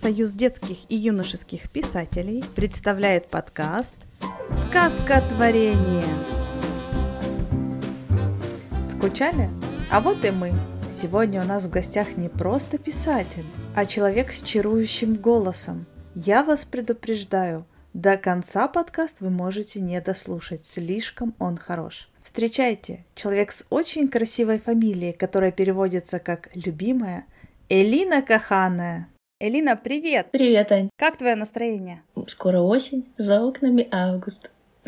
Союз детских и юношеских писателей представляет подкаст «Сказкотворение». Скучали? А вот и мы. Сегодня у нас в гостях не просто писатель, а человек с чарующим голосом. Я вас предупреждаю, до конца подкаст вы можете не дослушать, слишком он хорош. Встречайте, человек с очень красивой фамилией, которая переводится как «любимая», Элина Каханая. Элина, привет! Привет, Ань. Как твое настроение? Скоро осень, за окнами август.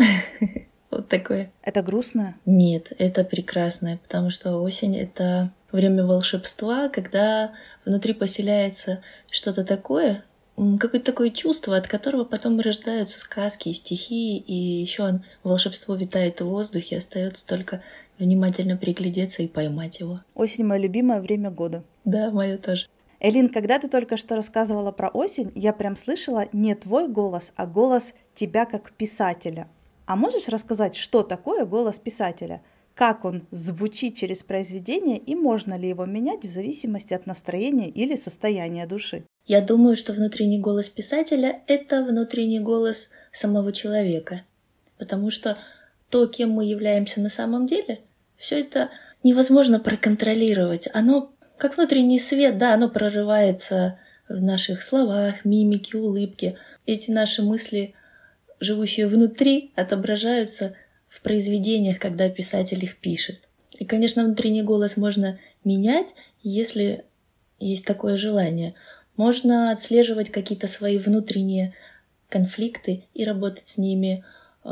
Вот такое. Это грустно? Нет, это прекрасно, потому что осень — это время волшебства, когда внутри поселяется что-то такое, какое-то такое чувство, от которого потом рождаются сказки и стихи, и еще волшебство витает в воздухе, остается только внимательно приглядеться и поймать его. Осень — мое любимое время года. Да, мое тоже. Элин, когда ты только что рассказывала про осень, я прям слышала не твой голос, а голос тебя как писателя. А можешь рассказать, что такое голос писателя? Как он звучит через произведение и можно ли его менять в зависимости от настроения или состояния души? Я думаю, что внутренний голос писателя — это внутренний голос самого человека. Потому что то, кем мы являемся на самом деле, все это невозможно проконтролировать. Оно как внутренний свет, да, оно прорывается в наших словах, мимике, улыбке. Эти наши мысли, живущие внутри, отображаются в произведениях, когда писатель их пишет. И, конечно, внутренний голос можно менять, если есть такое желание. Можно отслеживать какие-то свои внутренние конфликты и работать с ними.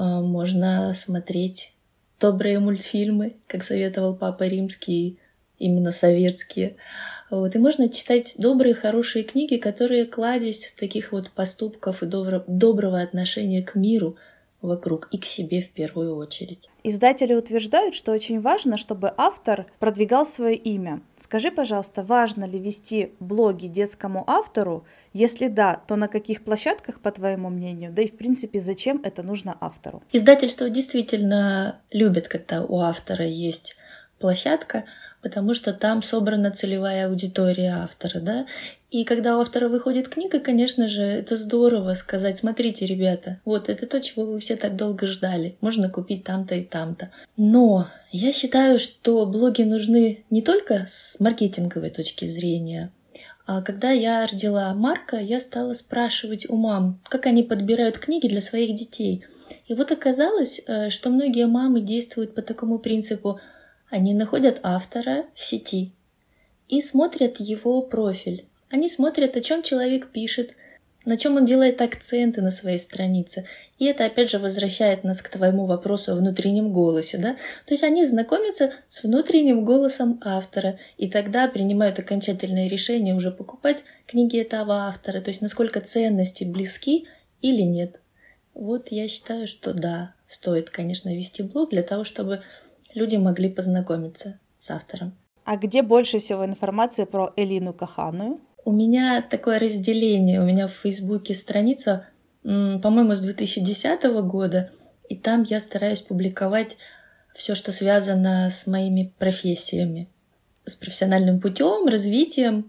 Можно смотреть добрые мультфильмы, как советовал Папа Римский, именно советские. И можно читать добрые, хорошие книги, которые, кладезь таких вот поступков и доброго отношения к миру вокруг и к себе в первую очередь. Издатели утверждают, что очень важно, чтобы автор продвигал свое имя. Скажи, пожалуйста, важно ли вести блоги детскому автору? Если да, то на каких площадках, по твоему мнению? Да и, в принципе, зачем это нужно автору? Издательство действительно любит, когда у автора есть площадка, потому что там собрана целевая аудитория автора, да. И когда у автора выходит книга, конечно же, это здорово сказать: смотрите, ребята, вот это то, чего вы все так долго ждали. Можно купить там-то и там-то. Но я считаю, что блоги нужны не только с маркетинговой точки зрения. А когда я родила Марка, я стала спрашивать у мам, как они подбирают книги для своих детей. И вот оказалось, что многие мамы действуют по такому принципу: они находят автора в сети и смотрят его профиль. Они смотрят, о чем человек пишет, на чем он делает акценты на своей странице. И это, опять же, возвращает нас к твоему вопросу о внутреннем голосе. Да? То есть они знакомятся с внутренним голосом автора и тогда принимают окончательное решение уже покупать книги этого автора. То есть насколько ценности близки или нет. Вот я считаю, что да, стоит, конечно, вести блог для того, чтобы люди могли познакомиться с автором. А где больше всего информации про Элину Каханую? У меня такое разделение. У меня в Фейсбуке страница, по-моему, с 2010 года, и там я стараюсь публиковать все, что связано с моими профессиями, с профессиональным путем, развитием.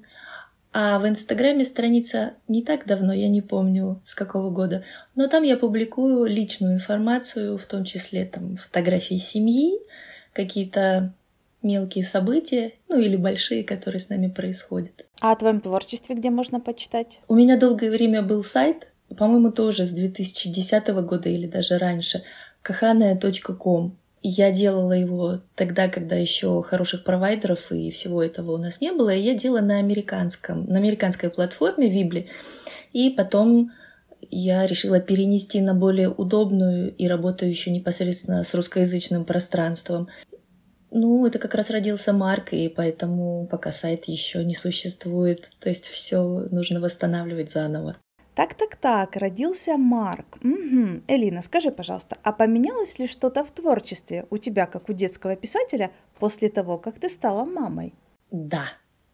А в Инстаграме страница не так давно, я не помню с какого года, но там я публикую личную информацию, в том числе там фотографии семьи, какие-то мелкие события, или большие, которые с нами происходят. А о твоем творчестве где можно почитать? У меня долгое время был сайт, по-моему, тоже с 2010 года или даже раньше, kahania.com. И я делала его тогда, когда еще хороших провайдеров и всего этого у нас не было. И я делала на американской платформе Вибли. И потом я решила перенести на более удобную и работающую непосредственно с русскоязычным пространством. Это как раз родился Марк, и поэтому пока сайт еще не существует. То есть все нужно восстанавливать заново. Так, родился Марк. Угу. Элина, скажи, пожалуйста, а поменялось ли что-то в творчестве у тебя, как у детского писателя, после того, как ты стала мамой? Да,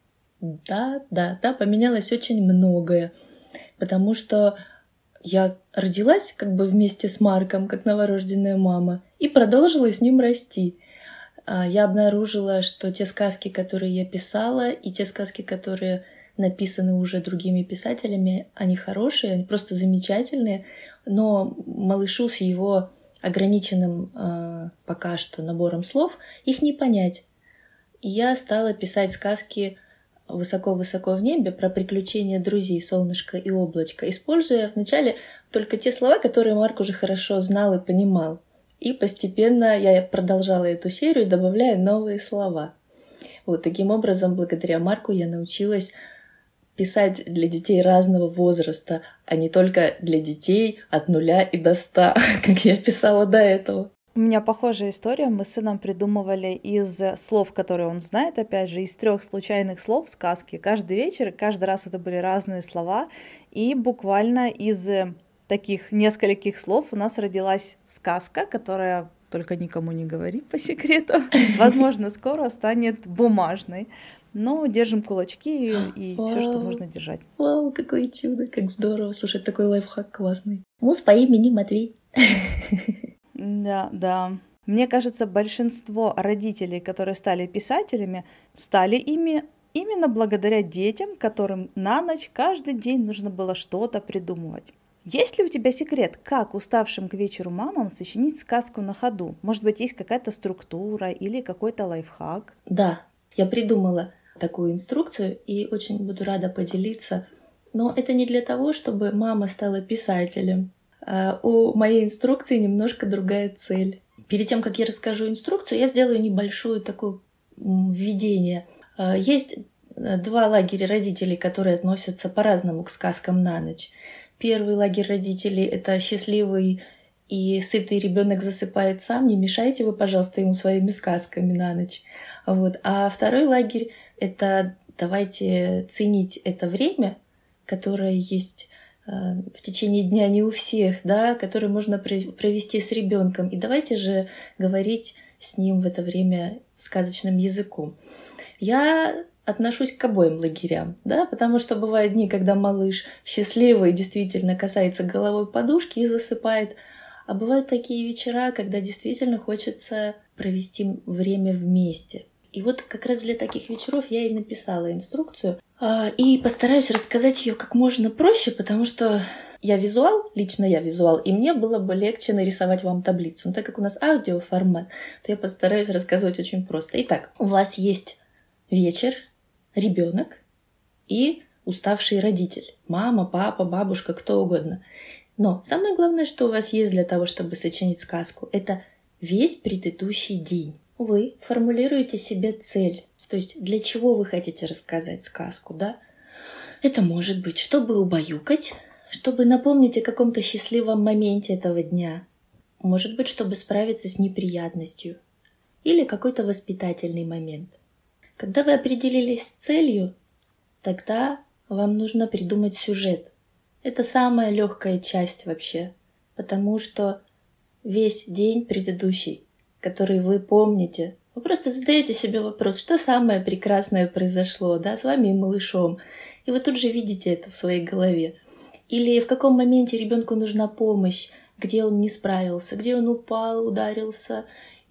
поменялось очень многое, потому что я родилась как бы вместе с Марком, как новорожденная мама, и продолжила с ним расти. Я обнаружила, что те сказки, которые я писала, и те сказки, которые написаны уже другими писателями, они хорошие, они просто замечательные, но малышу с его ограниченным пока что набором слов их не понять. И я стала писать сказки высоко-высоко в небе про приключения друзей солнышко и облачко, используя вначале только те слова, которые Марк уже хорошо знал и понимал. И постепенно я продолжала эту серию, добавляя новые слова. Вот таким образом, благодаря Марку я научилась писать для детей разного возраста, а не только для детей от 0 и до 100, как я писала до этого. У меня похожая история. Мы с сыном придумывали из слов, которые он знает, опять же, из 3 случайных слов сказки. Каждый вечер, каждый раз это были разные слова. И буквально из таких нескольких слов у нас родилась сказка, которая, только никому не говори по секрету, возможно, скоро станет бумажной. Но держим кулачки и все, что можно держать. Вау, какое чудо, как здорово. Слушай, такой лайфхак классный. Мус по имени Матвей. Да. Мне кажется, большинство родителей, которые стали писателями, стали ими именно благодаря детям, которым на ночь каждый день нужно было что-то придумывать. Есть ли у тебя секрет, как уставшим к вечеру мамам сочинить сказку на ходу? Может быть, есть какая-то структура или какой-то лайфхак? Да, я придумала такую инструкцию и очень буду рада поделиться. Но это не для того, чтобы мама стала писателем. У моей инструкции немножко другая цель. Перед тем, как я расскажу инструкцию, я сделаю небольшое такое введение. Есть 2 лагеря родителей, которые относятся по-разному к сказкам на ночь. Первый лагерь родителей — это счастливый и сытый ребенок засыпает сам, не мешайте вы, пожалуйста, ему своими сказками на ночь. Вот. А второй лагерь — это давайте ценить это время, которое есть в течение дня не у всех, да, которое можно провести с ребенком. И давайте же говорить с ним в это время сказочным языком. Я отношусь к обоим лагерям, да, потому что бывают дни, когда малыш счастливый, действительно касается головой подушки и засыпает, а бывают такие вечера, когда действительно хочется провести время вместе. И вот как раз для таких вечеров я и написала инструкцию. И постараюсь рассказать ее как можно проще, потому что лично я визуал, и мне было бы легче нарисовать вам таблицу. Но так как у нас аудиоформат, то я постараюсь рассказывать очень просто. Итак, у вас есть вечер, ребенок и уставший родитель. Мама, папа, бабушка, кто угодно. Но самое главное, что у вас есть для того, чтобы сочинить сказку, это весь предыдущий день. Вы формулируете себе цель, то есть для чего вы хотите рассказать сказку, да? Это может быть, чтобы убаюкать, чтобы напомнить о каком-то счастливом моменте этого дня, может быть, чтобы справиться с неприятностью или какой-то воспитательный момент. Когда вы определились с целью, тогда вам нужно придумать сюжет. Это самая легкая часть вообще, потому что весь день предыдущий, который вы помните, вы просто задаете себе вопрос, что самое прекрасное произошло, да, с вами и малышом, и вы тут же видите это в своей голове. Или в каком моменте ребенку нужна помощь, где он не справился, где он упал, ударился,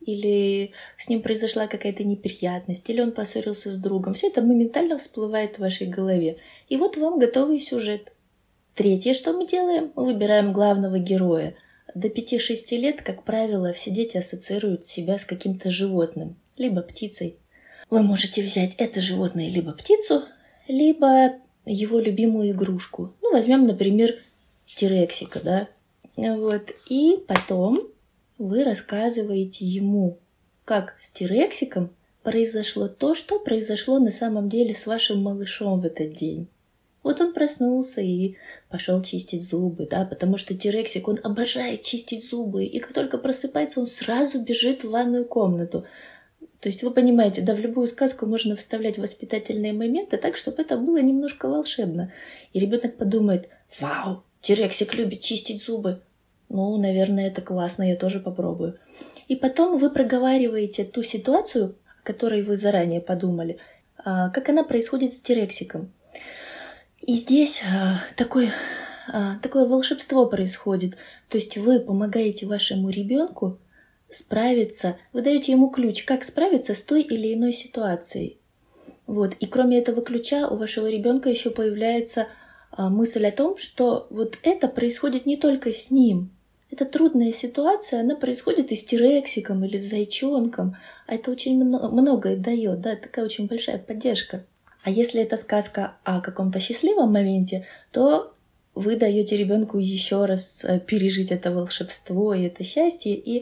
или с ним произошла какая-то неприятность, или он поссорился с другом. Все это моментально всплывает в вашей голове. И вот вам готовый сюжет. Третье, что мы делаем, мы выбираем главного героя. До 5-6 лет, как правило, все дети ассоциируют себя с каким-то животным, либо птицей. Вы можете взять это животное, либо птицу, либо его любимую игрушку. Ну, возьмем, например, Тирексика, да? Вот. И потом вы рассказываете ему, как с Тирексиком произошло то, что произошло на самом деле с вашим малышом в этот день. Вот он проснулся и пошел чистить зубы, да, потому что Тирексик, он обожает чистить зубы, и как только просыпается, он сразу бежит в ванную комнату. То есть вы понимаете, да, в любую сказку можно вставлять воспитательные моменты так, чтобы это было немножко волшебно. И ребенок подумает: вау, Тирексик любит чистить зубы. Ну, наверное, это классно, я тоже попробую. И потом вы проговариваете ту ситуацию, о которой вы заранее подумали, как она происходит с Тирексиком. И здесь такое волшебство происходит. То есть вы помогаете вашему ребенку справиться, вы даете ему ключ, как справиться с той или иной ситуацией. Вот. И кроме этого ключа у вашего ребенка еще появляется мысль о том, что вот это происходит не только с ним. Эта трудная ситуация, она происходит и с тирексиком или с зайчонком, а это очень многое дает, да, такая очень большая поддержка. А если это сказка о каком-то счастливом моменте, то вы даете ребенку еще раз пережить это волшебство и это счастье, и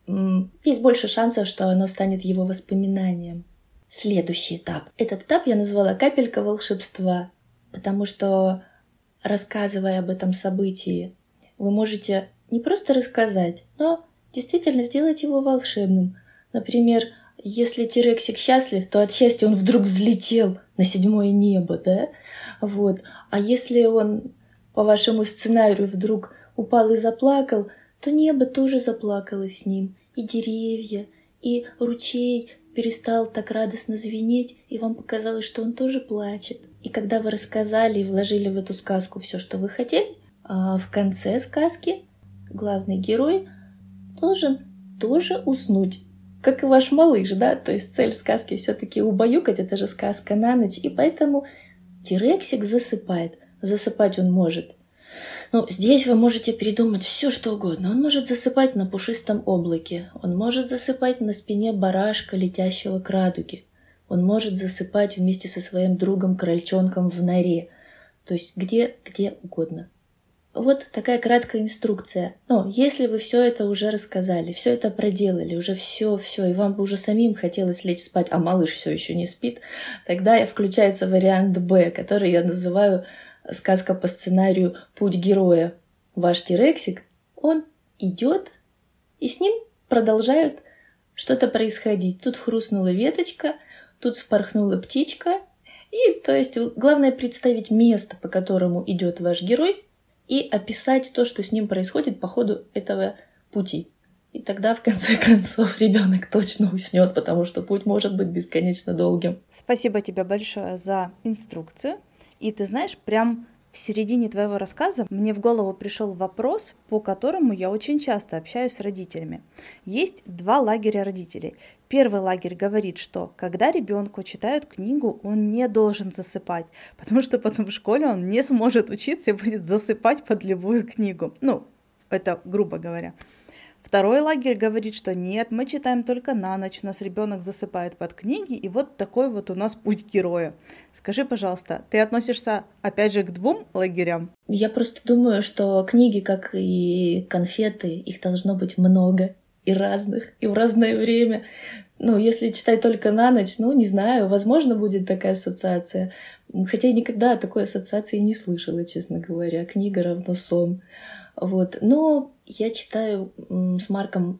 есть больше шансов, что оно станет его воспоминанием. Следующий этап. Этот этап я назвала «капелька волшебства», потому что, рассказывая об этом событии, вы можете не просто рассказать, но действительно сделать его волшебным. Например, если тирексик счастлив, то от счастья он вдруг взлетел на 7-е небо, да? Вот. А если он по вашему сценарию вдруг упал и заплакал, то небо тоже заплакало с ним, и деревья, и ручей перестал так радостно звенеть, и вам показалось, что он тоже плачет. И когда вы рассказали и вложили в эту сказку все, что вы хотели, в конце сказки главный герой должен тоже уснуть, как и ваш малыш, да? То есть цель сказки все-таки убаюкать, это же сказка на ночь, и поэтому тирексик засыпает. Засыпать он может. Но здесь вы можете придумать все, что угодно. Он может засыпать на пушистом облаке, он может засыпать на спине барашка, летящего к радуге, он может засыпать вместе со своим другом-крольчонком в норе, то есть где угодно. Вот такая краткая инструкция. Но если вы все это уже рассказали, все это проделали, уже все, и вам бы уже самим хотелось лечь спать, а малыш все еще не спит, тогда включается вариант Б, который я называю сказка по сценарию «Путь героя». Ваш тирексик, он идет, и с ним продолжает что-то происходить. Тут хрустнула веточка, тут вспорхнула птичка. И то есть главное представить место, по которому идет ваш герой, и описать то, что с ним происходит по ходу этого пути. И тогда, в конце концов, ребенок точно уснет, потому что путь может быть бесконечно долгим. Спасибо тебе большое за инструкцию. И ты знаешь, прям в середине твоего рассказа мне в голову пришел вопрос, по которому я очень часто общаюсь с родителями. Есть 2 лагеря родителей. Первый лагерь говорит, что когда ребенку читают книгу, он не должен засыпать, потому что потом в школе он не сможет учиться и будет засыпать под любую книгу. Ну, это грубо говоря. Второй лагерь говорит, что нет, мы читаем только на ночь, у нас ребенок засыпает под книги, и вот такой вот у нас путь героя. Скажи, пожалуйста, ты относишься опять же к 2 лагерям? Я просто думаю, что книги, как и конфеты, их должно быть много и разных, и в разное время. Ну, если читать только на ночь, не знаю, возможно, будет такая ассоциация. Хотя я никогда такой ассоциации не слышала, честно говоря. Книга равно сон. Вот. Но я читаю с Марком,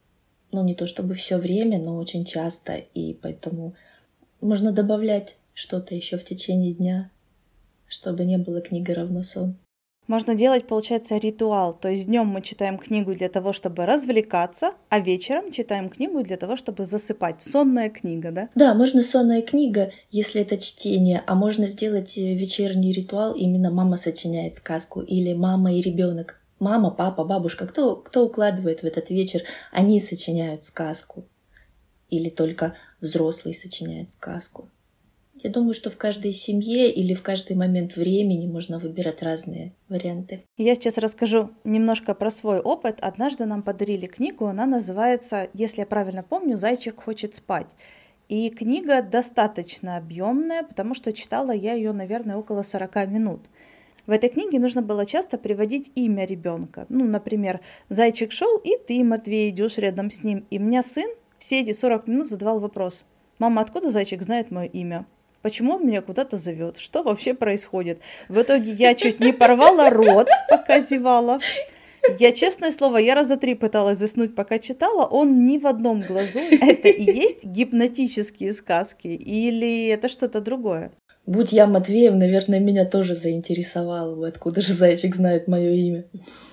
не то чтобы все время, но очень часто, и поэтому можно добавлять что-то еще в течение дня, чтобы не было книга равно сон. Можно делать, получается, ритуал. То есть днем мы читаем книгу для того, чтобы развлекаться, а вечером читаем книгу для того, чтобы засыпать. Сонная книга, да? Да, можно сонная книга, если это чтение, а можно сделать вечерний ритуал, именно мама сочиняет сказку или мама и ребенок. Мама, папа, бабушка, кто укладывает в этот вечер, они сочиняют сказку. Или только взрослый сочиняет сказку. Я думаю, что в каждой семье или в каждый момент времени можно выбирать разные варианты. Я сейчас расскажу немножко про свой опыт. Однажды нам подарили книгу, она называется, если я правильно помню, «Зайчик хочет спать». И книга достаточно объемная, потому что читала я ее, наверное, около 40 минут. В этой книге нужно было часто приводить имя ребенка. Например, зайчик шел, и ты, Матвей, идешь рядом с ним. И мне сын все эти 40 минут задавал вопрос: «Мама, откуда зайчик знает мое имя? Почему он меня куда-то зовет? Что вообще происходит?» В итоге я чуть не порвала рот, пока зевала. Я, честное слово, я раза 3 пыталась заснуть, пока читала. Он ни в одном глазу. Это и есть гипнотические сказки? Или это что-то другое? Будь я Матвеем, наверное, меня тоже заинтересовало бы, откуда же зайчик знает мое имя.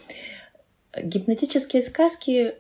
Гипнотические сказки,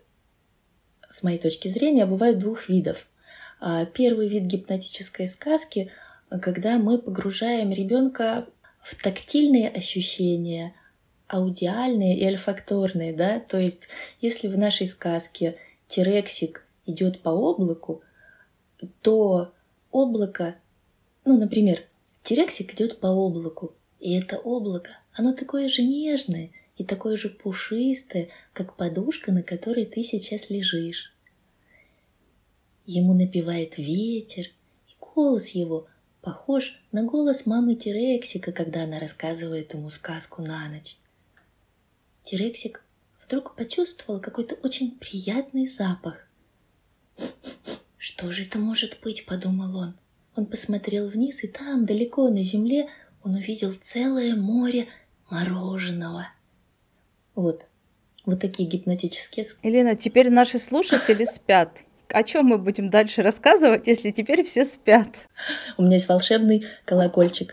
с моей точки зрения, бывают 2 видов. Первый вид гипнотической сказки, когда мы погружаем ребенка в тактильные ощущения, аудиальные и ольфакторные, да, то есть если в нашей сказке тирексик идет по облаку, то облако Ну, например, Терексик идет по облаку, и это облако, оно такое же нежное и такое же пушистое, как подушка, на которой ты сейчас лежишь. Ему напевает ветер, и голос его похож на голос мамы Терексика, когда она рассказывает ему сказку на ночь. Терексик вдруг почувствовал какой-то очень приятный запах. «Что же это может быть?» – подумал он. Он посмотрел вниз, и там, далеко на земле, он увидел целое море мороженого. Вот такие гипнотические сказки. Елена, теперь наши слушатели спят. О чем мы будем дальше рассказывать, если теперь все спят? У меня есть волшебный колокольчик.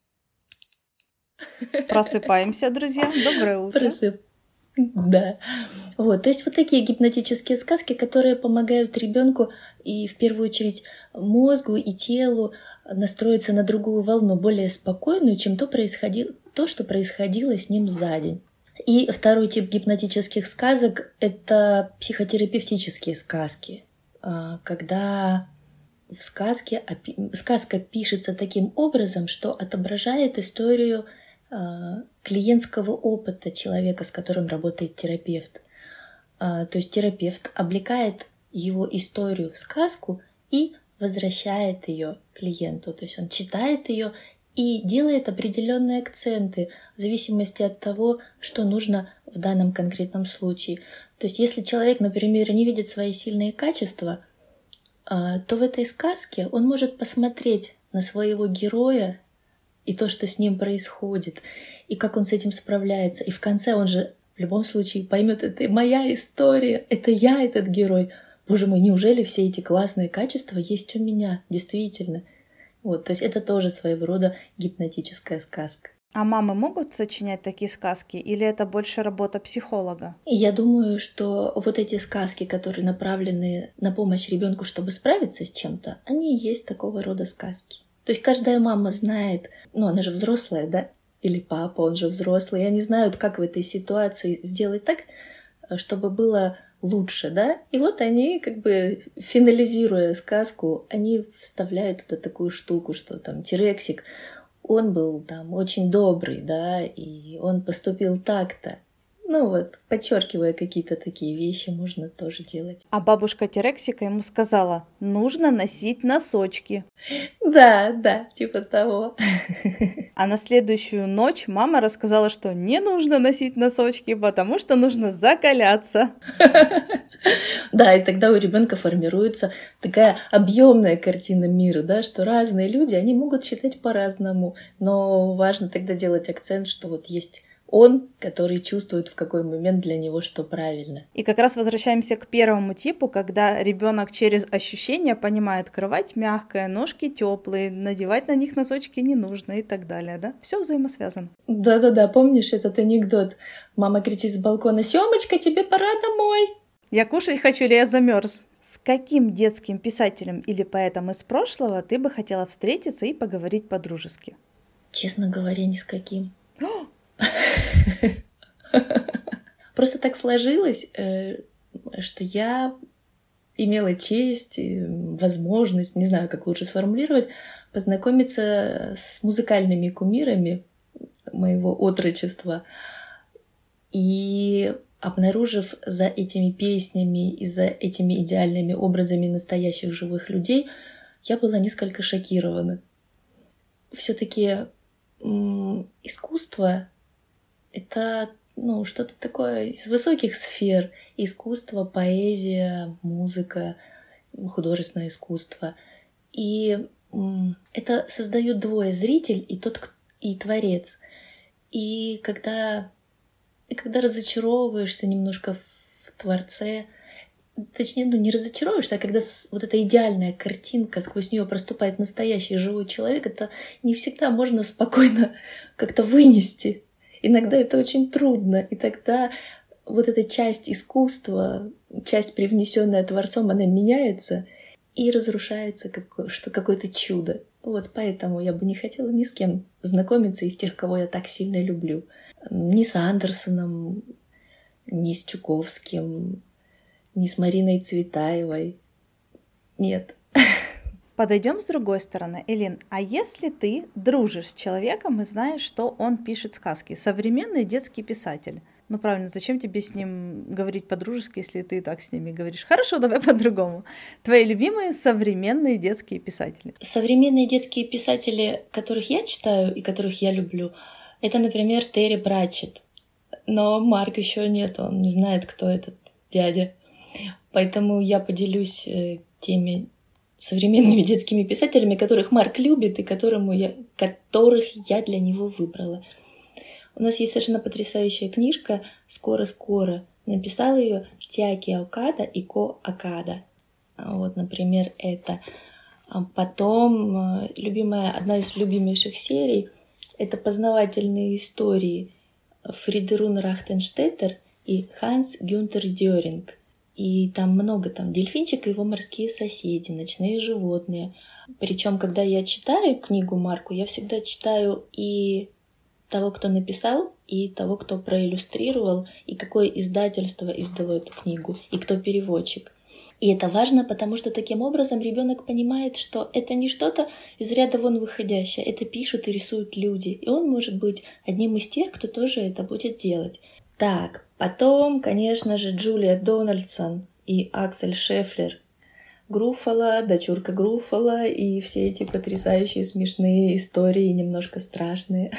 Просыпаемся, друзья. Доброе утро. Да. Вот, то есть вот такие гипнотические сказки, которые помогают ребенку и в первую очередь мозгу и телу настроиться на другую волну, более спокойную, чем то, что происходило с ним за день. И второй тип гипнотических сказок – это психотерапевтические сказки, когда сказка пишется таким образом, что отображает историю клиентского опыта человека, с которым работает терапевт. То есть терапевт облекает его историю в сказку и возвращает ее клиенту. То есть он читает ее и делает определенные акценты в зависимости от того, что нужно в данном конкретном случае. То есть если человек, например, не видит свои сильные качества, то в этой сказке он может посмотреть на своего героя и то, что с ним происходит, и как он с этим справляется. И в конце он же в любом случае поймет, это моя история, это я этот герой. Боже мой, неужели все эти классные качества есть у меня? Действительно. Вот, то есть это тоже своего рода гипнотическая сказка. А мамы могут сочинять такие сказки, или это больше работа психолога? И я думаю, что вот эти сказки, которые направлены на помощь ребенку, чтобы справиться с чем-то, они и есть такого рода сказки. То есть каждая мама знает, она же взрослая, да? Или папа, он же взрослый, и они знают, как в этой ситуации сделать так, чтобы было лучше, да? И вот они, финализируя сказку, они вставляют туда такую штуку, что там Терексик, он был там очень добрый, да, и он поступил так-то. Подчеркивая какие-то такие вещи, можно тоже делать. А бабушка Терексика ему сказала, нужно носить носочки. Да, типа того. А на следующую ночь мама рассказала, что не нужно носить носочки, потому что нужно закаляться. Да, и тогда у ребенка формируется такая объемная картина мира, да, что разные люди, они могут считать по-разному, но важно тогда делать акцент, что вот есть он, который чувствует, в какой момент для него что правильно. И как раз возвращаемся к первому типу, когда ребенок через ощущения понимает, кровать мягкая, ножки теплые, надевать на них носочки не нужно и так далее, да? Все взаимосвязано. Да, помнишь этот анекдот? Мама кричит с балкона: «Семочка, тебе пора домой!» Я кушать хочу или я замерз? С каким детским писателем или поэтом из прошлого ты бы хотела встретиться и поговорить по-дружески? Честно говоря, ни с каким. Просто так сложилось, что я имела честь, возможность, не знаю, как лучше сформулировать, познакомиться с музыкальными кумирами моего отрочества. И обнаружив за этими песнями и за этими идеальными образами настоящих живых людей, я была несколько шокирована. Все-таки искусство — это что-то такое из высоких сфер. Искусство, поэзия, музыка, художественное искусство. И это создают двое: зритель и творец. И когда разочаровываешься немножко в творце, точнее, не разочаровываешься, а когда вот эта идеальная картинка, сквозь нее проступает настоящий живой человек, это не всегда можно спокойно как-то вынести. Иногда это очень трудно, и тогда вот эта часть искусства, часть, привнесенная Творцом, она меняется и разрушается, что какое-то чудо. Вот поэтому я бы не хотела ни с кем знакомиться из тех, кого я так сильно люблю. Ни с Андерсоном, ни с Чуковским, ни с Мариной Цветаевой. Нет. Подойдем с другой стороны. Элин, а если ты дружишь с человеком и знаешь, что он пишет сказки, современный детский писатель, ну правильно, зачем тебе с ним говорить по-дружески, если ты и так с ними говоришь? Хорошо, давай по-другому. Твои любимые современные детские писатели. Современные детские писатели, которых я читаю и которых я люблю, это, например, Терри Пратчетт. Но Марк еще нет, он не знает, кто этот дядя. Поэтому я поделюсь теми современными детскими писателями, которых Марк любит и которых я для него выбрала. У нас есть совершенно потрясающая книжка «Скоро-скоро». Написал ее Тиаки Окада и Ко Окада. Вот, например, это. Потом одна из любимейших серий — это познавательные истории Фридерун Рахтенштеттер и Ханс Гюнтер Дёринг. И там много, дельфинчик и его морские соседи, ночные животные. Причем, когда я читаю книгу Марку, я всегда читаю и того, кто написал, и того, кто проиллюстрировал, и какое издательство издало эту книгу, и кто переводчик. И это важно, потому что таким образом ребенок понимает, что это не что-то из ряда вон выходящее, это пишут и рисуют люди, и он может быть одним из тех, кто тоже это будет делать. Так, потом, конечно же, Джулия Дональдсон и Аксель Шефлер. Груффало, дочурка Груффало и все эти потрясающие смешные истории, немножко страшные.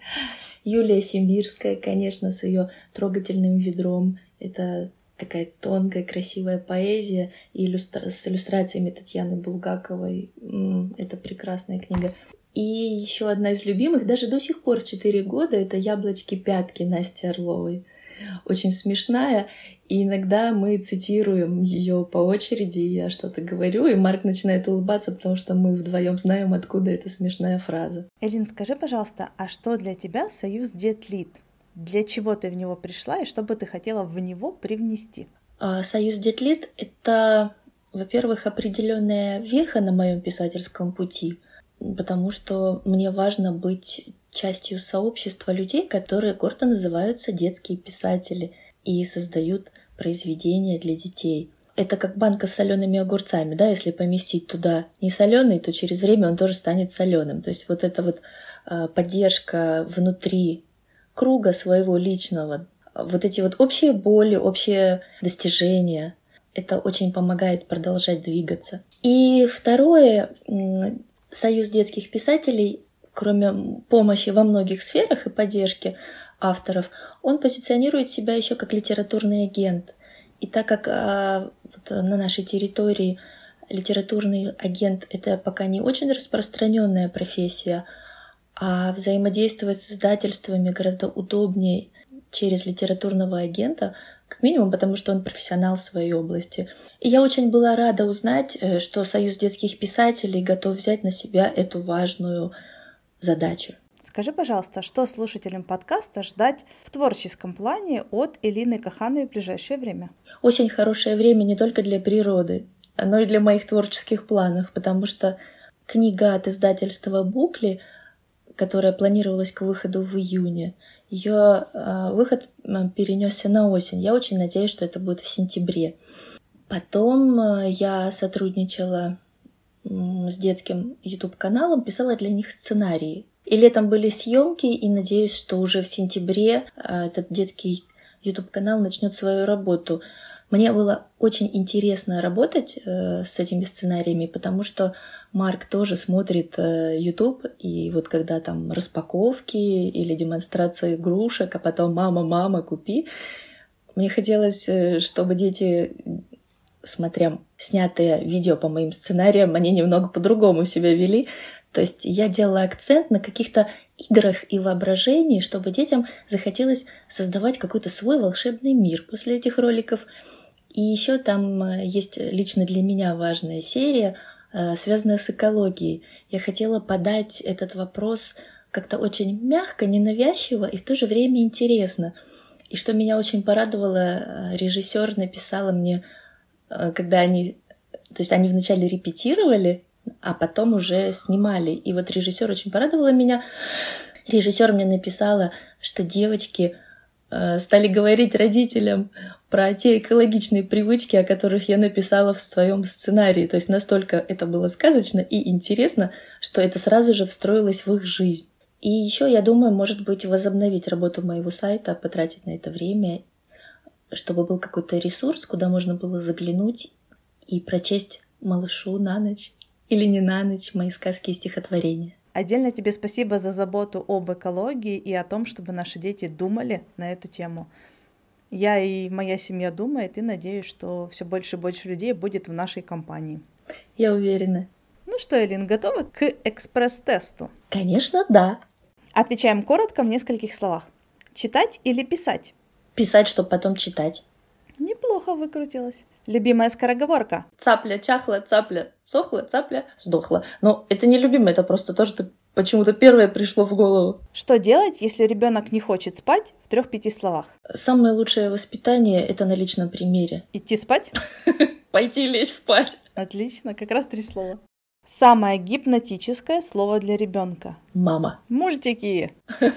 Юлия Симбирская, конечно, с ее трогательным ведром. Это такая тонкая, красивая поэзия и с иллюстрациями Татьяны Булгаковой. Это прекрасная книга. И еще одна из любимых, даже до сих пор 4 года, это «Яблочки-пятки» Насти Орловой. Очень смешная, и иногда мы цитируем ее по очереди, я что-то говорю, и Марк начинает улыбаться, потому что мы вдвоем знаем, откуда эта смешная фраза. Элин, скажи, пожалуйста, а что для тебя Союз Детлит? Для чего ты в него пришла и что бы ты хотела в него привнести? Союз Детлит — это, во-первых, определенная веха на моем писательском пути, потому что мне важно быть частью сообщества людей, которые гордо называются детские писатели и создают произведения для детей. Это как банка с солеными огурцами, да, если поместить туда не соленый, то через время он тоже станет соленым. То есть вот эта вот поддержка внутри круга своего личного, вот эти вот общие боли, общие достижения, это очень помогает продолжать двигаться. И второе, Союз детских писателей, кроме помощи во многих сферах и поддержки авторов, он позиционирует себя еще как литературный агент. И так как на нашей территории литературный агент — это пока не очень распространенная профессия, а взаимодействовать с издательствами гораздо удобнее через литературного агента, как минимум, потому что он профессионал в своей области. И я очень была рада узнать, что Союз детских писателей готов взять на себя эту важную задачу. Скажи, пожалуйста, что слушателям подкаста ждать в творческом плане от Элины Кохановой в ближайшее время? Очень хорошее время не только для природы, но и для моих творческих планов, потому что книга от издательства «Букли», которая планировалась к выходу в июне, ее выход перенесся на осень. Я очень надеюсь, что это будет в сентябре. Потом я сотрудничала с детским YouTube-каналом, писала для них сценарии. И летом были съемки, и надеюсь, что уже в сентябре этот детский YouTube-канал начнет свою работу. Мне было очень интересно работать с этими сценариями, потому что Марк тоже смотрит YouTube, и вот когда там распаковки или демонстрация игрушек, а потом «мама, купи», мне хотелось, чтобы дети, смотря снятые видео по моим сценариям, они немного по-другому себя вели. То есть я делала акцент на каких-то играх и воображении, чтобы детям захотелось создавать какой-то свой волшебный мир после этих роликов. И еще там есть лично для меня важная серия, связанная с экологией. Я хотела подать этот вопрос как-то очень мягко, ненавязчиво и в то же время интересно. И что меня очень порадовало, режиссер написала мне, когда они вначале репетировали, а потом уже снимали. И вот режиссер очень порадовала меня. Режиссер мне написала, что девочки стали говорить родителям про те экологичные привычки, о которых я написала в своем сценарии. То есть настолько это было сказочно и интересно, что это сразу же встроилось в их жизнь. И еще, я думаю, может быть, возобновить работу моего сайта, потратить на это время, чтобы был какой-то ресурс, куда можно было заглянуть и прочесть малышу на ночь или не на ночь мои сказки и стихотворения. Отдельно тебе спасибо за заботу об экологии и о том, чтобы наши дети думали на эту тему. Я и моя семья думает, и надеюсь, что все больше и больше людей будет в нашей компании. Я уверена. Ну что, Элин, готова к экспресс-тесту? Конечно, да. Отвечаем коротко в нескольких словах. Читать или писать? Писать, чтобы потом читать. Неплохо выкрутилась. Любимая скороговорка? Цапля чахла, цапля сохла, цапля сдохла. Но это не любимое, это просто то, что почему-то первое пришло в голову. Что делать, если ребенок не хочет спать в 3-5 словах? Самое лучшее воспитание — это на личном примере. Идти спать? Пойти лечь спать. Отлично, как раз 3 слова. Самое гипнотическое слово для ребенка? Мама. Мультики.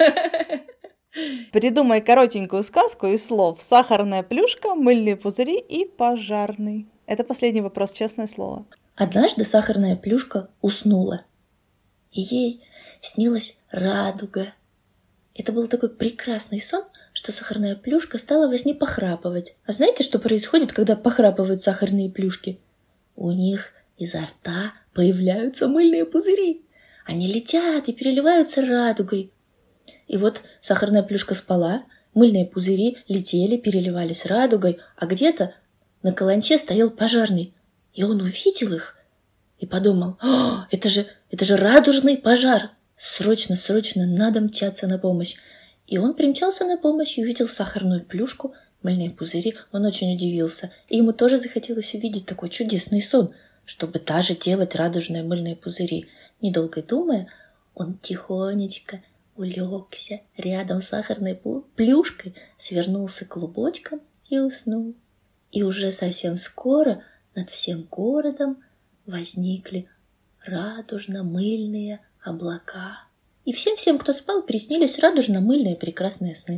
Придумай коротенькую сказку из слов «сахарная плюшка», «мыльные пузыри» и «пожарный». Это последний вопрос, честное слово. Однажды сахарная плюшка уснула, и ей снилась радуга. Это был такой прекрасный сон, что сахарная плюшка стала во сне похрапывать. А знаете, что происходит, когда похрапывают сахарные плюшки? У них изо рта появляются мыльные пузыри. Они летят и переливаются радугой. И вот сахарная плюшка спала, мыльные пузыри летели, переливались радугой, а где-то на каланче стоял пожарный. И он увидел их и подумал: это же радужный пожар! Срочно, надо мчаться на помощь. И он примчался на помощь и увидел сахарную плюшку, мыльные пузыри. Он очень удивился. И ему тоже захотелось увидеть такой чудесный сон, чтобы даже делать радужные мыльные пузыри. Недолго думая, он тихонечко улегся рядом с сахарной плюшкой, свернулся клубочком и уснул. И уже совсем скоро над всем городом возникли радужно-мыльные облака. И всем, кто спал, приснились радужно-мыльные прекрасные сны.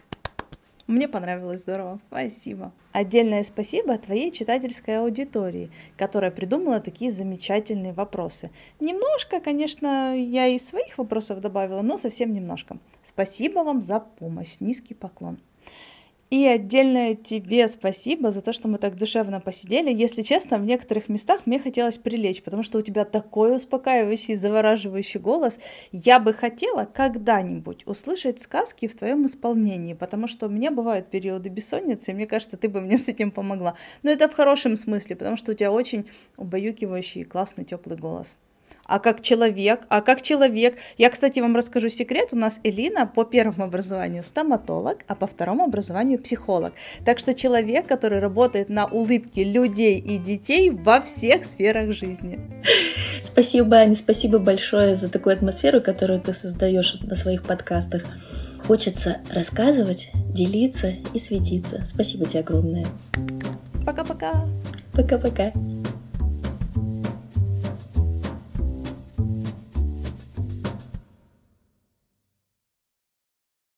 Мне понравилось, здорово, спасибо. Отдельное спасибо твоей читательской аудитории, которая придумала такие замечательные вопросы. Немножко, конечно, я из своих вопросов добавила, но совсем немножко. Спасибо вам за помощь, низкий поклон. И отдельное тебе спасибо за то, что мы так душевно посидели. Если честно, в некоторых местах мне хотелось прилечь, потому что у тебя такой успокаивающий, завораживающий голос. Я бы хотела когда-нибудь услышать сказки в твоем исполнении, потому что у меня бывают периоды бессонницы, и мне кажется, ты бы мне с этим помогла. Но это в хорошем смысле, потому что у тебя очень убаюкивающий, классный, теплый голос. А как человек, я, кстати, вам расскажу секрет, у нас Элина по первому образованию стоматолог, а по второму образованию психолог. Так что человек, который работает на улыбке людей и детей во всех сферах жизни. Спасибо, Аня, спасибо большое за такую атмосферу, которую ты создаешь на своих подкастах. Хочется рассказывать, делиться и светиться. Спасибо тебе огромное. Пока-пока. Пока-пока.